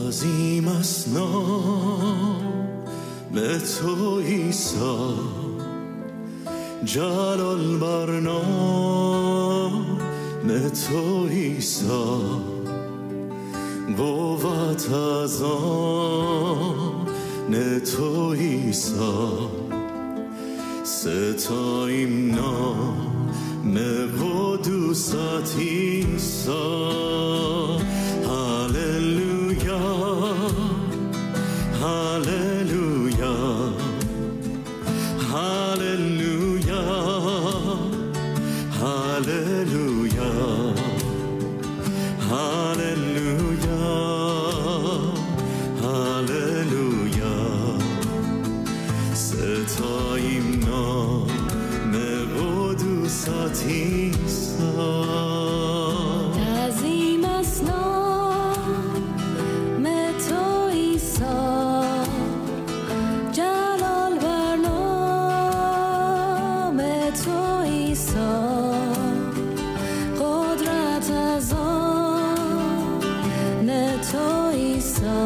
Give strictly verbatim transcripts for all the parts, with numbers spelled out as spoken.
عظیم است نام تو عیسی، جلال بر نام تو عیسی، قوت از آن تو عیسی، ستاییم نام قدوست عیسی. هللویا هللویا هللویا هللویا هللویا هللویا، ستاییم نام قدوست عیسی. عظیم است نام تو عیسی، جلال بر نام تو عیسی، قدرت از آن تو عیسی،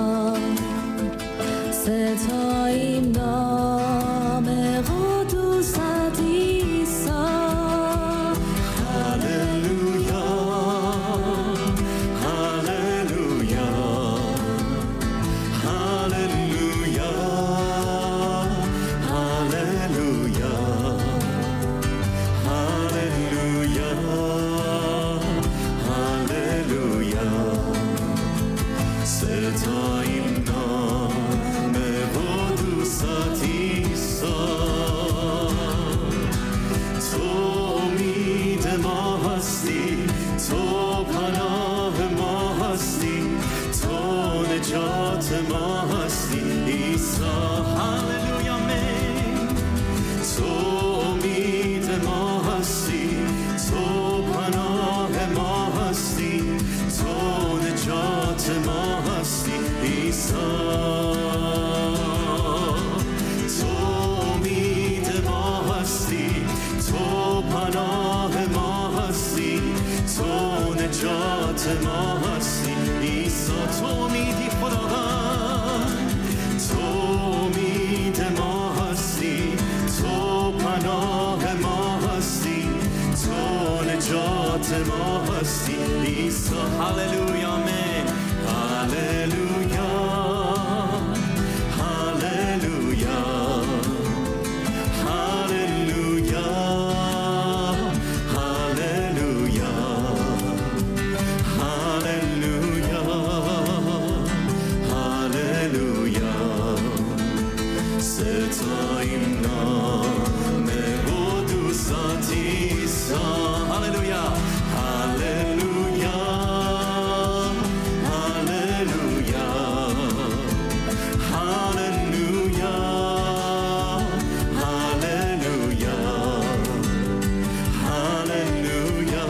ستاییم نام قدوست عیسی. هللویا هللویا هللویا هللویا هللویا هللویا، ستاییم نام قدوست عیسی. تو امید ما هستی، تو پناه ما هستی، تو نجات ما هستی عیسی. هللویا آمین. تو امید ما هستی، تو پناه ما هستی، تو نجات ما هستی عیسی. تو امید ما هستی، تو پناه ما هستی، تو نجات ما هستی عیسی. تو امیدی خداوند، تو امید ما هستی، تو پناه ما هستی، تو نجات ما هستی عیسی. هللویا آمین. هللویا هللویا هللویا هللویا هللویا هللویا، ستاییم نام قدوست عیسی. هللویا هللویا هللویا هللویا هللویا هللویا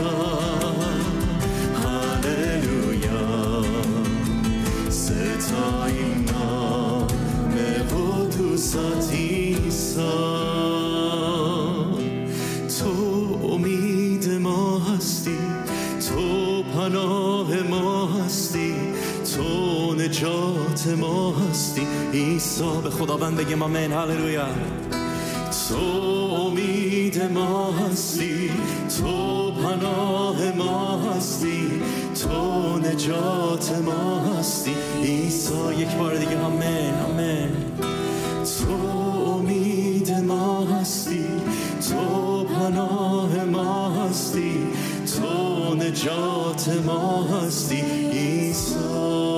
هللویا، ستاییم نام قدوست عیسی. تو امید ما هستی، تو پناه ما هستی، تو نجات ما هستی عیسی. به خداوند بگیم آمین. هللویا. تو امید ما هستی، تو پناه ما هستی، تو نجات ما هستی عیسی. یک بار دیگه آمین آمین. تو امید ما هستی، تو پناه ما هستی، تو نجات ما هستی عیسی.